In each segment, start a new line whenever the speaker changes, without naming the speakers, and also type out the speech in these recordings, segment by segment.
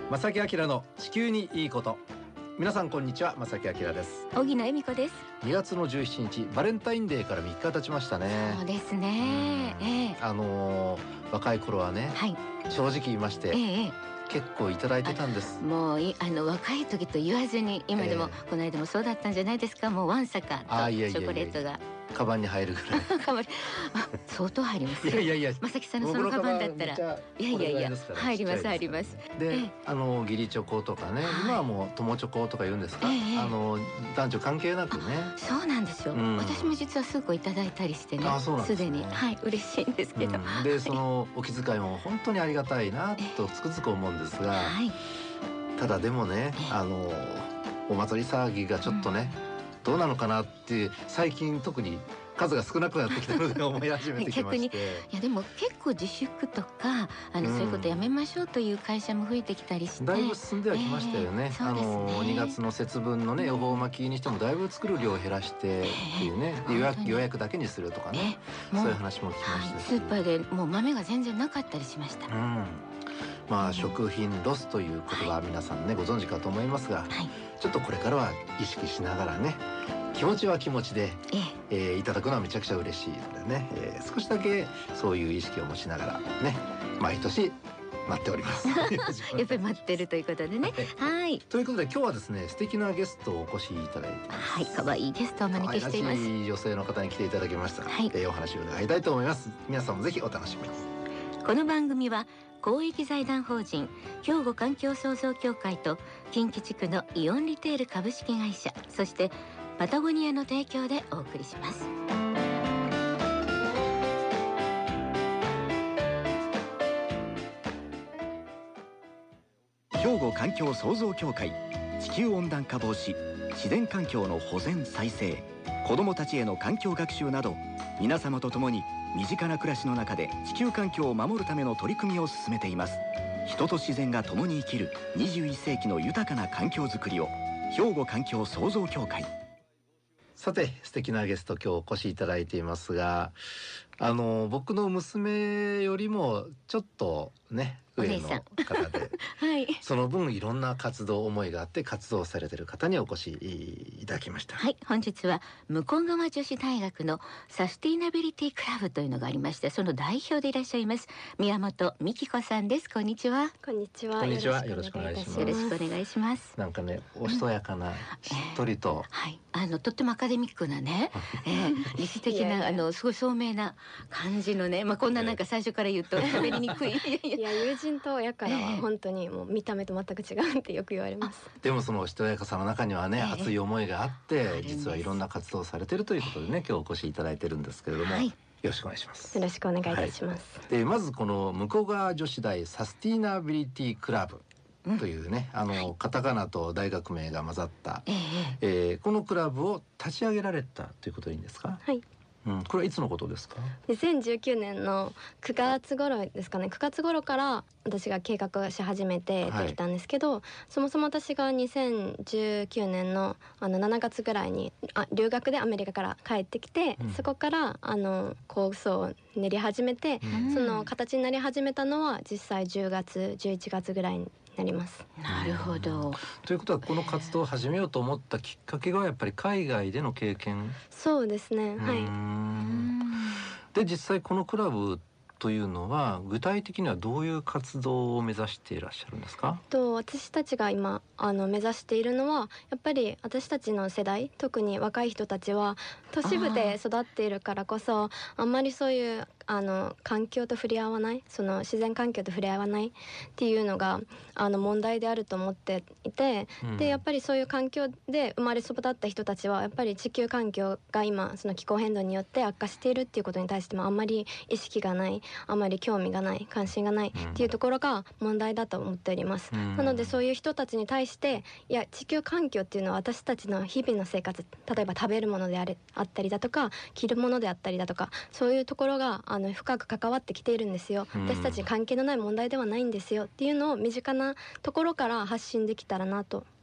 正木明の地球にいいこと。皆さんこんにちは、正木明です。
小木野恵美子です。
2月の17日バレンタインデーから3日経ちましたね。
そうですね、
若い頃はね、
はい、
正直言いまして、結構いただいてたんです。
もう若い時と言わずに今でも、この間もそうだったんじゃないですか。もうワンサカとチョコレートが
カバンに入るぐらい
相当入りますよ。
いや
正木さんのそのカバンだったら入ります入ります。
で、義理チョコとかね、今はもう友チョコとか言うんですか、男女関係なくね。
そうなんですよ、私も実は数個いただいたりしてね、すでに嬉しいんですけど、
でそのお気遣いも本当にありがたいなとつくづく思うんですが、ただでもね、お祭り騒ぎがちょっとね、どうなのかなって最近特に数が少なくなってきたので思い始めてきまして
いやでも結構自粛とかそういうことやめましょうという会社も増えてきたりして、
だいぶ進んではきましたよね。2月の節分のね、予報巻きにしてもだいぶ作る量を減らしてっていうね、予約だけにするとかね、そういう話も聞きましたし、
スーパーでもう豆が全然なかったりしました。
食品ロスという言葉、皆さんねご存知かと思いますが、ちょっとこれからは意識しながらね、気持ちは気持ちで、いただくのはめちゃくちゃ嬉しいのでね、少しだけそういう意識を持ちながらね、毎年待っておりますや
っぱり待ってるということでね
ということで今日はですね、素敵なゲストをお越しいただいてます。
可愛いゲストをお招きしています。
可愛らしい女性の方に来ていただきました。お話を伺いたいと思います。皆さんもぜひお楽しみに。
この番組は公益財団法人兵庫環境創造協会と近畿地区のイオンリテール株式会社、そしてパタゴニアの提供でお送りします。
兵庫環境創造協会、地球温暖化防止、自然環境の保全再生、子どもたちへの環境学習など、皆様と共に身近な暮らしの中で地球環境を守るための取り組みを進めています。人と自然が共に生きる21世紀の豊かな環境づくりを、兵庫環境創造協会。
さて、素敵なゲスト今日お越しいただいていますが、僕の娘よりもちょっとね上の方でその分いろんな活動思いがあって活動されている方にお越しいただきました。
本日は向川女子大学のサスティナビリティクラブというのがありまして、その代表でいらっしゃいます宮本美希子さんです。こんにちは。
こんにちは。
よろしくお願いします。
よろしくお願いします。
なんかね、おしとやかなしっとりと、
とってもアカデミックなね、理知的なすごい聡明な感じのね、こんななんか最初から言うと喋りにくい
いや友人と親からは本当にもう見た目と全く違うってよく言われます。
でもそのおしとやかさの中にはね、熱い思いがあって、実はいろんな活動をされているということでね、今日お越しいただいてるんですけれども、よろしくお願いします。
よろしくお願いいたします。
でまずこの向川女子大サスティナビリティクラブというね、カタカナと大学名が混ざった、このクラブを立ち上げられたということでいいんですか？これはいつのことですか
？2019年の9月頃ですかね。9月頃から私が計画し始めてできたんですけど、そもそも私が2019年の7月ぐらいに留学でアメリカから帰ってきて、そこから構想を練り始めて、その形になり始めたのは実際10月11月ぐらいになります。
なるほど。
ということはこの活動を始めようと思ったきっかけがやっぱり海外での経験？
そうですね。
で実際このクラブというのは具体的にはどういう活動を目指していらっしゃるんですか？
私たちが今目指しているのは、やっぱり私たちの世代、特に若い人たちは都市部で育っているからこそ、あんまりそういう環境と触れ合わない、その自然環境と触れ合わないっていうのが問題であると思っていて、でやっぱりそういう環境で生まれ育った人たちはやっぱり地球環境が今その気候変動によって悪化しているっていうことに対してもあんまり意識がない、あまり興味がない、関心がないっていうところが問題だと思っております。なのでそういう人たちに対して、いや地球環境っていうのは私たちの日々の生活、例えば食べるものであったりだとか着るものであったりだとか、そういうところが深く関わってきているんですよ。私たちに関係のない問題ではないんですよっていうのを身近なところから発信できたらなと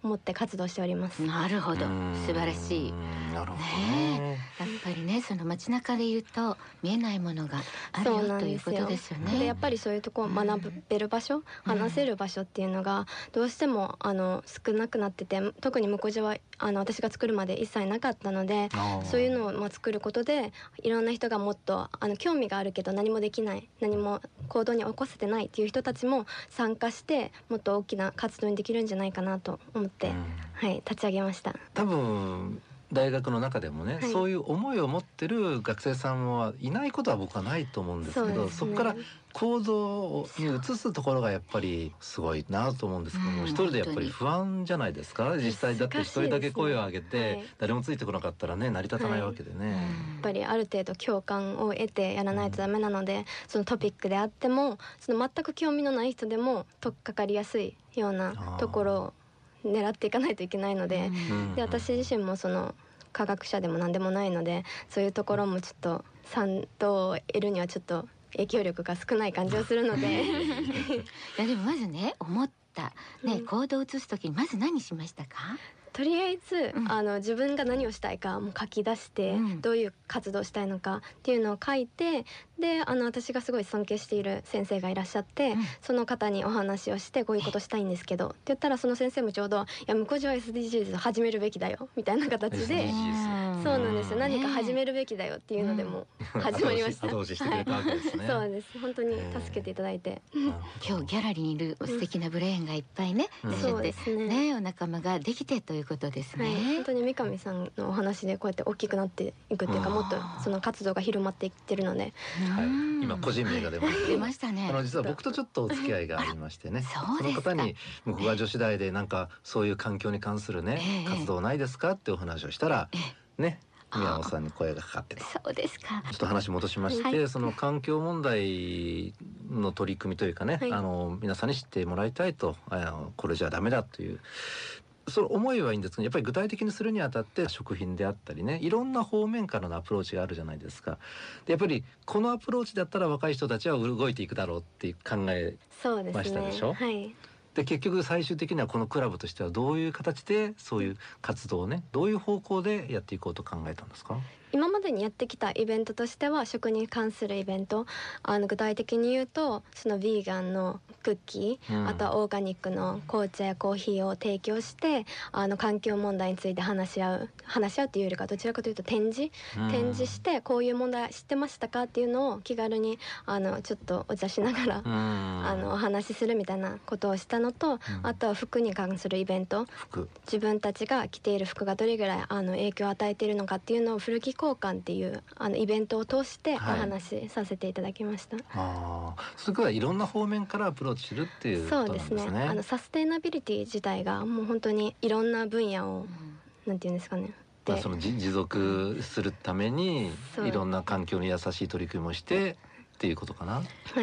思って活動しております。
なるほど、素晴らしい。
なるほど
ね。やっぱりね、その街中で言うと見えないものがあるよということですよね。
でやっぱりそういうとこ学べる場所、話せる場所っていうのがどうしても少なくなってて、特に向島は私が作るまで一切なかったので、そういうのを作ることでいろんな人がもっと興味があるけど何もできない、何も行動に起こせてないっていう人たちも参加してもっと大きな活動にできるんじゃないかなと思って、はい、立ち上げました。
多分大学の中でもね、そういう思いを持ってる学生さんはいないことは僕はないと思うんですけど、そこから行動に移すところがやっぱりすごいなと思うんですけども、一人でやっぱり不安じゃないですか。実際だって一人だけ声を上げて誰もついてこなかったらね、成り立たないわけでね、や
っぱりある程度共感を得てやらないとダメなので、そのトピックであってもその全く興味のない人でも取っかかりやすいようなところを狙っていかないといけないので、で私自身もその科学者でも何でもないので、そういうところもちょっと賛同を得るにはちょっと影響力が少ない感じがするのでい
やでもまずね、思ったね、行動を移す時にまず何しましたか？
とりあえず、自分が何をしたいかもう書き出して、どういう活動をしたいのかっていうのを書いて、で私がすごい尊敬している先生がいらっしゃって、その方にお話をして、こういうことしたいんですけどって言ったら、その先生もちょうど「いや向島は SDGs を始めるべきだよ」みたいな形で、そうなんですよ、何か始めるべきだよっていうのでも始まりました。
後押ししてくれたわけですね。
そうです、本当に助けていただいて、
今日ギャラリーにいる素敵なブレーンがいっぱいね、
そうです
ね、お仲間ができてということですね。
本当に三上さんのお話でこうやって大きくなっていくっていうか、もっとその活動が広まっていってるので、
今個人名が出ました
ね。
実は僕とちょっとお付き合いがありましてね、その方に向川女子大でなんかそういう環境に関するね、活動ないですかってお話をしたらね、宮本さんに声がかかって、
そうですか。
ちょっと話戻しまして、その環境問題の取り組みというかね、皆さんに知ってもらいたいと、これじゃダメだというその思いはいいんですけど、やっぱり具体的にするにあたって食品であったりね、いろんな方面からのアプローチがあるじゃないですか。でやっぱりこのアプローチだったら若い人たちは動いていくだろうって考えましたでしょ。で結局最終的にはこのクラブとしてはどういう形でそういう活動をね、どういう方向でやっていこうと考えたんですか？
今までにやってきたイベントとしては食に関するイベント、具体的に言うとそのヴィーガンのクッキー、あとはオーガニックの紅茶やコーヒーを提供して、環境問題について話し合うっていうよりか、どちらかというと展示して、こういう問題知ってましたかっていうのを気軽にちょっとお茶しながらお話しするみたいなことをしたのと、あとは服に関するイベント、自分たちが着ている服がどれぐらい影響を与えているのかっていうのを古着交換っていうイベントを通してお話しさせていただきました。
それからいろんな方面からアプローチするっていうことなんですね。そうですね。
サステイナビリティ自体がもう本当にいろんな分野を、なんていうんですかね。
その持続するためにいろんな環境に優しい取り組みをしてっていうことかな。
はい。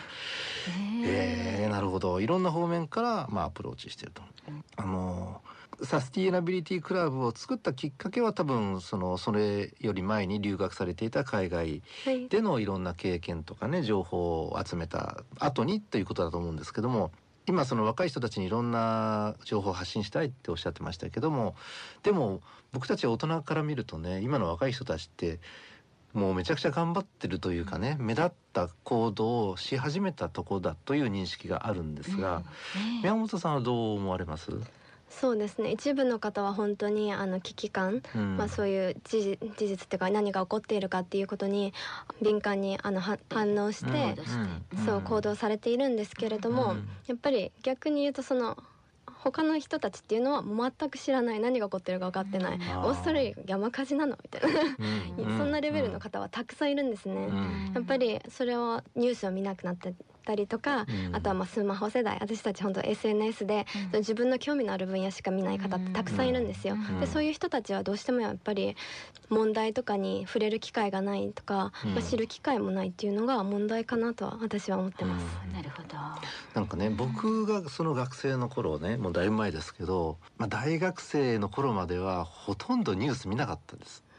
なるほど。いろんな方面からアプローチしてると。サスティナビリティクラブを作ったきっかけは多分それより前に留学されていた海外でのいろんな経験とかね、情報を集めた後にということだと思うんですけども、今その若い人たちにいろんな情報を発信したいっておっしゃってましたけども、でも僕たち大人から見るとね、今の若い人たちってもうめちゃくちゃ頑張ってるというかね、目立った行動をし始めたところだという認識があるんですが、宮本さんはどう思われます？
そうですね、一部の方は本当に危機感、そういう事実っていうか何が起こっているかっていうことに敏感に反応して、そう行動されているんですけれども、やっぱり逆に言うとその他の人たちっていうのは全く知らない、何が起こってるか分かってない、オーストラリア山火事なのみたいなそんなレベルの方はたくさんいるんですね。やっぱりそれをニュースを見なくなったりとか、あとはスマホ世代、私たち本当 SNS で自分の興味のある分野しか見ない方ってたくさんいるんですよ。でそういう人たちはどうしてもやっぱり問題とかに触れる機会がないとか、知る機会もないっていうのが問題かなとは私は思ってます。
なるほど。
なんかね、僕がその学生の頃ね、もうだいぶ前ですけど、大学生の頃まではほとんどニュース見なかったです。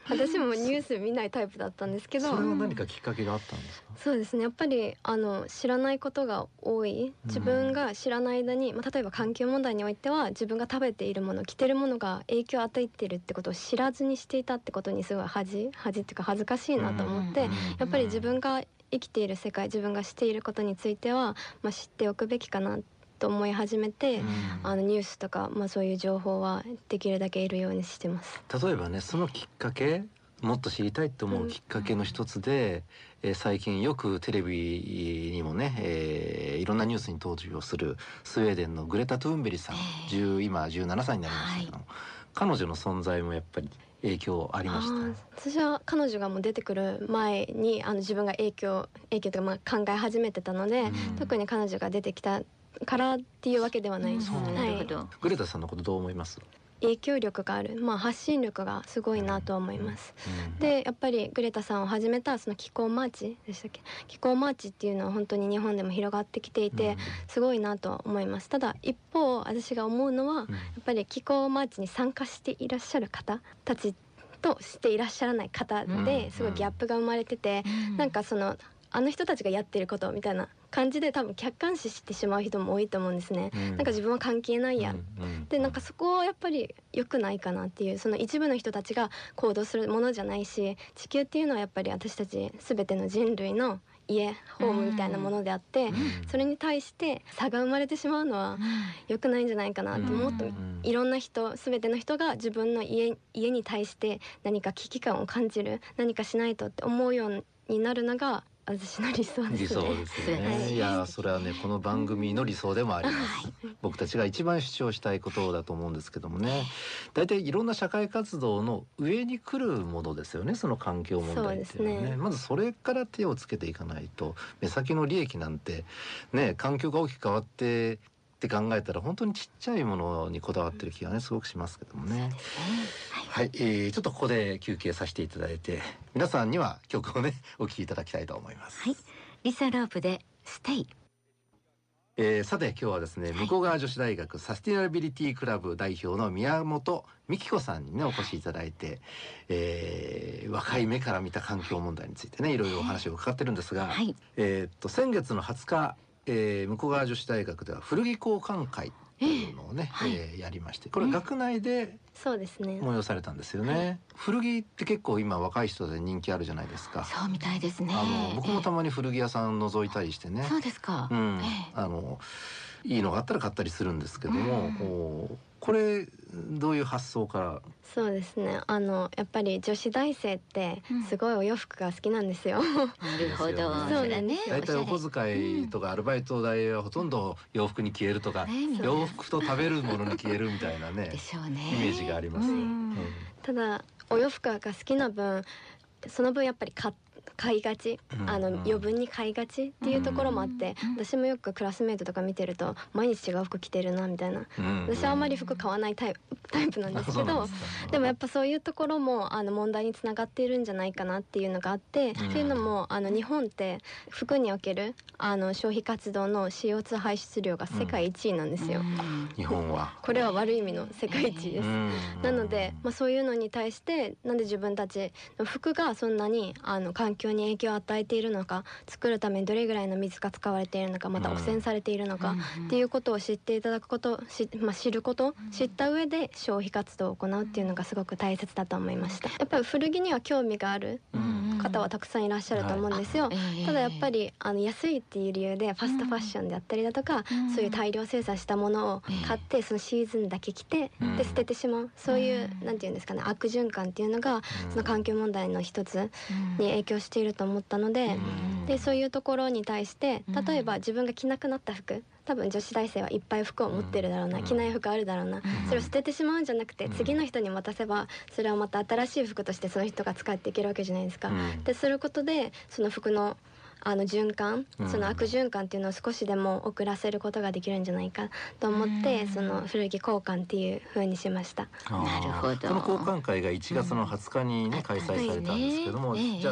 私もニュース見ないタイプだったんですけど、
それは何かきっかけがあったんですか？
そうですね、やっぱり知らないことが多い、自分が知らない間に、例えば環境問題においては自分が食べているもの、着てるものが影響を与えているってことを知らずにしていたってことにすごい恥っていうか恥ずかしいなと思って、やっぱり自分が生きている世界、自分がしていることについては、知っておくべきかなと思い始めて、ニュースとか、そういう情報はできるだけ得るようにしてます。
例えばね、そのきっかけ、もっと知りたいと思うきっかけの一つで、最近よくテレビにもね、いろんなニュースに登場するスウェーデンのグレタ・トゥーンベリさん、今17歳になりましたけども、彼女の存在もやっぱり影響ありました。
私は彼女がもう出てくる前に自分が影響というか考え始めてたので、特に彼女が出てきたからっていうわけではないです。
グレタさんのことどう思います？
影響力がある、発信力がすごいなと思います。でやっぱりグレタさんを始めたその気候マーチでしたっけ、気候マーチっていうのは本当に日本でも広がってきていて、すごいなと思います。ただ一方私が思うのは、やっぱり気候マーチに参加していらっしゃる方たちとしていらっしゃらない方ですごいギャップが生まれてて、なんかあの人たちがやってることみたいな感じで多分客観視してしまう人も多いと思うんですね。なんか自分は関係ないや、でなんかそこはやっぱり良くないかなっていう、その一部の人たちが行動するものじゃないし、地球っていうのはやっぱり私たち全ての人類の家、ホームみたいなものであって、それに対して差が生まれてしまうのは良くないんじゃないかなって、もっといろんな人、全ての人が自分の家に対して何か危機感を感じる、何かしないとって思うようになるのが私の理想ですね。
理想ですよね。いやそれはね、この番組の理想でもあります。僕たちが一番主張したいことだと思うんですけどもね。大体いろんな社会活動の上に来るものですよね。その環境問題っていうのはね。まずそれから手をつけていかないと、目先の利益なんてね、環境が大きく変わってって考えたら本当にちっちゃいものにこだわってる気がねすごくしますけどもね。はい、ちょっとここで休憩させていただいて、皆さんには曲をねお聴きいただきたいと思います。
はい、リサ・ロープでステイ。
さて今日はですね、向川女子大学サスティナビリティクラブ代表の宮本美希子さんにねお越しいただいて、若い目から見た環境問題についてねいろいろお話を伺ってるんですが、先月の20日、向川女子大学では古着交換会というのをね、やりまして、これ学内で催されたんですよね。古着って結構今若い人で人気あるじゃないですか。
そうみたいですね。
僕もたまに古着屋さん覗いたりしてね。
そうですか。
いいのがあったら買ったりするんですけども、これどういう発想から？
そうですね、やっぱり女子大生ってすごいお洋服が好きなんですよ。
なるほど。
そうだね。
だいたいお小遣いとかアルバイト代はほとんど洋服に消えるとか、洋服と食べるものに消えるみたいなね、
でしょうね、
イメージがあります。
ただお洋服が好きな分、その分やっぱり買いがち、余分に買いがちっていうところもあって、私もよくクラスメートとか見てると毎日違う服着てるなみたいな、私はあんまり服買わないタイプなんですけど、でもやっぱそういうところも問題につながっているんじゃないかなっていうのがあって、っていうのも日本って服における消費活動の CO2 排出量が世界1位なんですよ。
日本は
これは悪い意味の世界一位です。なので、そういうのに対してなんで自分たちの服がそんなに環境に影響を与えているのか、作るためにどれぐらいの水が使われているのか、また汚染されているのかっていうことを知っていただくこと、知ること、知った上で消費活動を行うっていうのがすごく大切だと思いました。やっぱり古着には興味がある方はたくさんいらっしゃると思うんですよ。ただやっぱり安いっていう理由でファストファッションであったりだとか、そういう大量生産したものを買ってそのシーズンだけ着てで捨ててしまう、そういうなんていうんですかね、悪循環っていうのがその環境問題の一つに影響していると思ったので、そういうところに対して例えば自分が着なくなった服、多分女子大生はいっぱい服を持ってるだろうな、着ない服あるだろうな、それを捨ててしまうんじゃなくて次の人に渡せばそれはまた新しい服としてその人が使っていけるわけじゃないですか。ですることでその服の循環、その悪循環っていうのを少しでも遅らせることができるんじゃないかと思って、その古着交換っていう風にしました。
なるほど。
この交換会が1月の20日にね、開催されたんですけども、じゃあ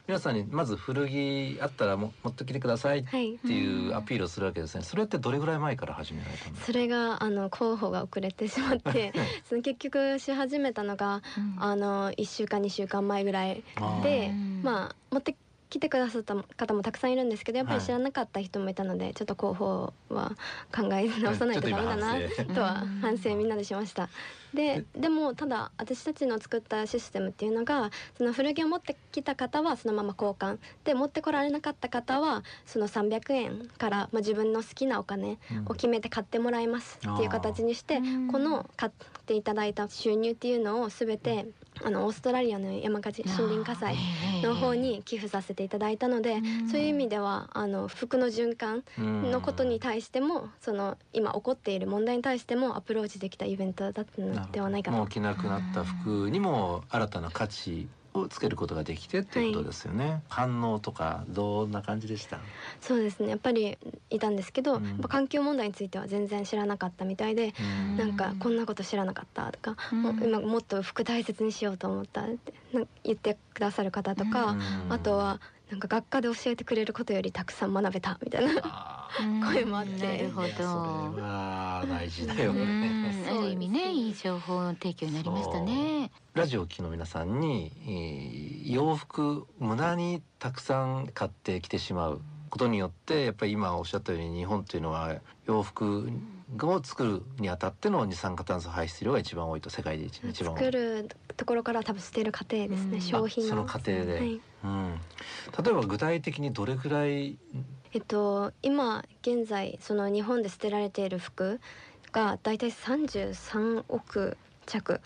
皆さんにまず古着あったら持ってきてくださいっていうアピールをするわけですね。それってどれぐらい前から始められたんですか？
それが候補が遅れてしまってその結局し始めたのが、1週間2週間前ぐらいで、まあ持って来てくださった方もたくさんいるんですけど、やっぱり知らなかった人もいたので、ちょっと広報は考え直さないとダメだなとは反省みんなでしました。でもただ私たちの作ったシステムっていうのが、その古着を持ってきた方はそのまま交換で、持ってこられなかった方はその300円から、自分の好きなお金を決めて買ってもらいますっていう形にして、この買っていただいた収入っていうのを全てオーストラリアの山火事森林火災の方に寄付させていただいたので、そういう意味では服の循環のことに対しても、その今起こっている問題に対してもアプローチできたイベントだったのではないかと。
もう着なくなった服にも新たな価値をつけることができてっていうことですよね。反応とかどんな感じでした？
そうですね、やっぱりいたんですけど、やっぱ環境問題については全然知らなかったみたいで、なんかこんなこと知らなかったとか、今もっと服大切にしようと思ったって言ってくださる方とか、あとはなんか学科で教えてくれることよりたくさん学べたみたいな声もあって。
なるほど。
それは大事だよね。
ある意味ね、いい情報提供になりましたね。
ラジオを聴きの皆さんに、洋服無駄にたくさん買ってきてしまうことによって、やっぱり今おっしゃったように日本っていうのは洋服を作るにあたっての二酸化炭素排出量が一番多いと、世界で一番多い。
作るところから多分捨てる過程ですね、商品の
その過程で、例えば具体的にどれくらい？
今現在その日本で捨てられている服がだいたい33億着、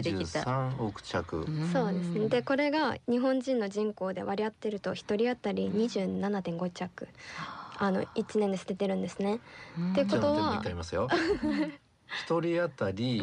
33億着。
そうですね。でこれが日本人の人口で割り当てると1人当たり 27.5 着1年で捨ててるんですね。ってことは、もう一回言いますよ。
一人当たり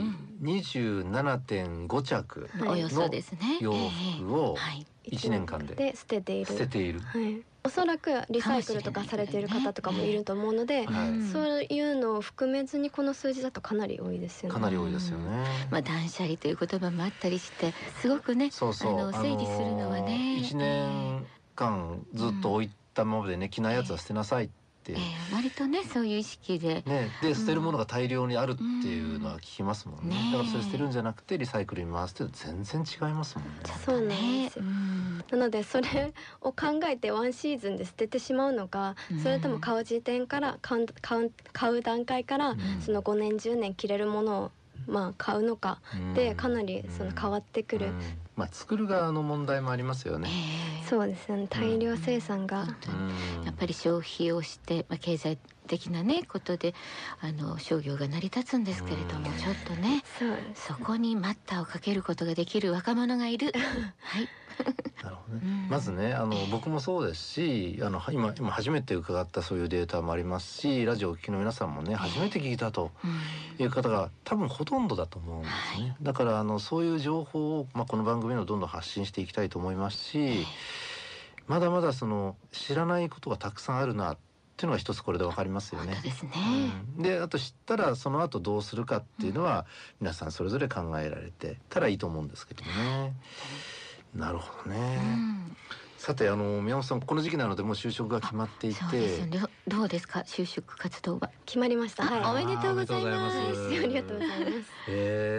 27.5 着の洋服を1年間で
捨てている。おそらくリサイクルとかされている方とかもいると思うので、そういうのを含めずにこの数字だとかなり多いですよね。
かなり多いですよね。
断捨離という言葉もあったりして、すごくね、整理するのはね、
1年間ずっと置いたままでね、着ないやつは捨てなさいって、
割とねそういう意識で、
で捨てるものが大量にあるっていうのは聞きますもんね。だからそれ捨てるんじゃなくてリサイクルに回すって全然違いますもんね。
そうなんですよ。なのでそれを考えてワンシーズンで捨ててしまうのか、それとも買う時点から買う段階からその5年10年着れるものを買うのかで、かなりその変わってくる。
作る側の問題もありますよね。
そうですね、大量生産が、
やっぱり消費をして、経済的なねことで商業が成り立つんですけれども、ちょっとね、そこに待ったをかけることができる若者がいる。はい。
なるほどね。まずね、僕もそうですし、今初めて伺ったそういうデータもありますし、ラジオをお聞きの皆さんもね、初めて聞いたという方が多分ほとんどだと思うんですね。だからそういう情報を、この番組でもどんどん発信していきたいと思いますし、まだまだ知らないことがたくさんあるなっていうのが一つこれで分かりますよね。
そうですね。
であと知ったらその後どうするかっていうのは、皆さんそれぞれ考えられてたらいいと思うんですけどね。なるほどね。さて宮本さん、この時期なのでもう就職が決まっていて、
そうですよね。どうですか、就職活動は？
決まりました。
おめでとうございます。
ありがとうございます。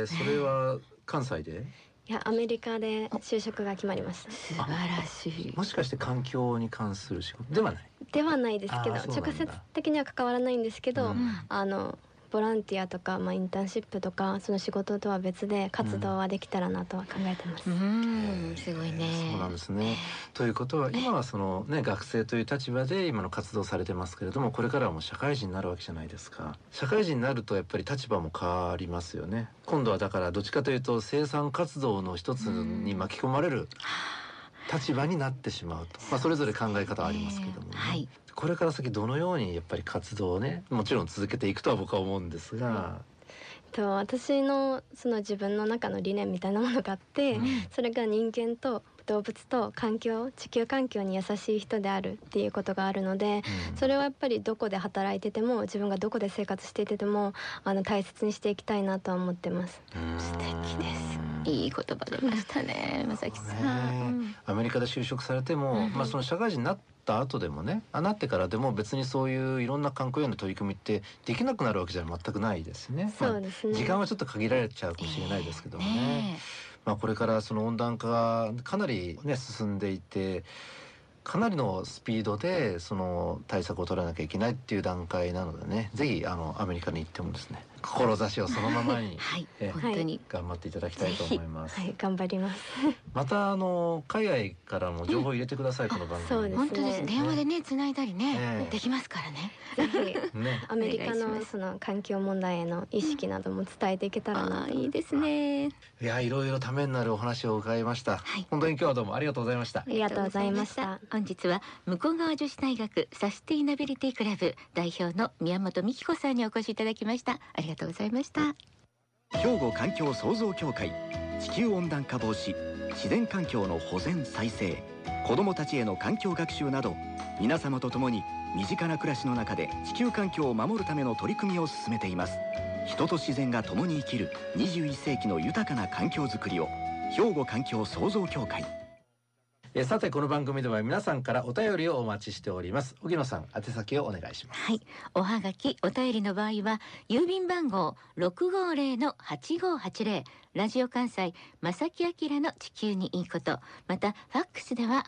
それは関西で？
いや、アメリカで就職が決まりました。
素晴らしい。
もしかして環境に関する仕事ではない？
ではないですけど、直接的には関わらないんですけど、ボランティアとか、インターンシップとかその仕事とは別で活動はできたらなとは考えてます。
すごいね。
そうなんですね。ということは今は学生という立場で今の活動されてますけれども、これからはもう社会人になるわけじゃないですか。社会人になるとやっぱり立場も変わりますよね。今度はだからどっちかというと生産活動の一つに巻き込まれる立場になってしまうと、それぞれ考え方はありますけども、これから先どのようにやっぱり活動をね、もちろん続けていくとは僕は思うんですが、
私のその自分の中の理念みたいなものがあって、それが人間と動物と地球環境に優しい人であるっていうことがあるので、それはやっぱりどこで働いてても、自分がどこで生活していても大切にしていきたいなとは思ってます。
素敵です。 いい言葉出ましたね、正木さん。
アメリカで就職されても、その社会人になった後でもね、なってからでも別にそういういろんな環境への取り組みってできなくなるわけじゃ全くないですね。
そうですね。
時間はちょっと限られちゃうかもしれないですけどもね。これからその温暖化がかなりね進んでいて、かなりのスピードでその対策を取らなきゃいけないっていう段階なのでね、ぜひアメリカに行ってもですね、志をそのままに、
本当に
頑張っていただきたいと思います。
はい、頑張ります。
また海外からも情報を入れてください、この番組。
そうですね。
本当です。電話でね繋いだりね、できますからね。
ぜひね、アメリカのその環境問題への意識なども伝えていけたらなと。
いいですね。
いや、いろいろためになるお話を伺いました。本当に今日はどうもありがとうございました。
ありがとうございました。
本日は向川女子大学サステイナビリティクラブ代表の宮本美希子さんにお越しいただきました。ありがとうございました。
兵庫環境創造協会、地球温暖化防止、自然環境の保全再生、子どもたちへの環境学習など、皆様と共に身近な暮らしの中で地球環境を守るための取り組みを進めています。人と自然が共に生きる21世紀の豊かな環境づくりを、兵庫環境創造協会。
さて、この番組では皆さんからお便りをお待ちしております。荻野さん、宛先をお願いします。
はい、おはがきお便りの場合は郵便番号 650-8580 ラジオ関西正木明の地球にいいこと、またファックスでは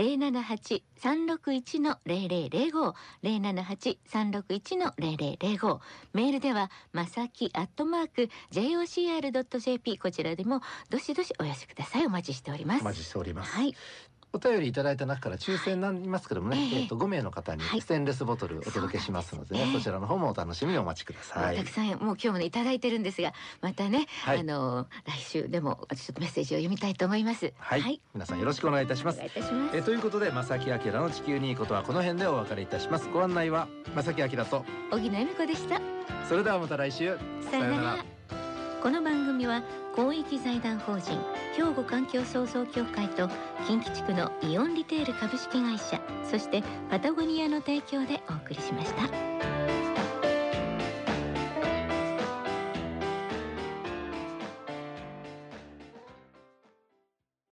078-361-0005 078-361-0005、メールではまさき@jocr.jp、 こちらでもどしどしお寄せください。お待ちしております。
お待ちしております。
はい、
お便りいただいた中から抽選になりますけどもね、5名の方にステンレスボトルお届けしますのでね、そちらの方もお楽しみにお待ちください。
たくさんもう今日もねいただいてるんですが、またね、来週でもちょっとメッセージを読みたいと思います。
はい、皆さんよろしくお願いいたします。
お願いいたします。
ということで、正木明の地球にいいことはこの辺でお別れいたします。ご案内は正木明と
荻野恵美子でした。
それではまた来週、
さよなら。この番組は公益財団法人兵庫環境創造協会と近畿地区のイオンリテール株式会社、そしてパタゴニアの提供でお送りしました。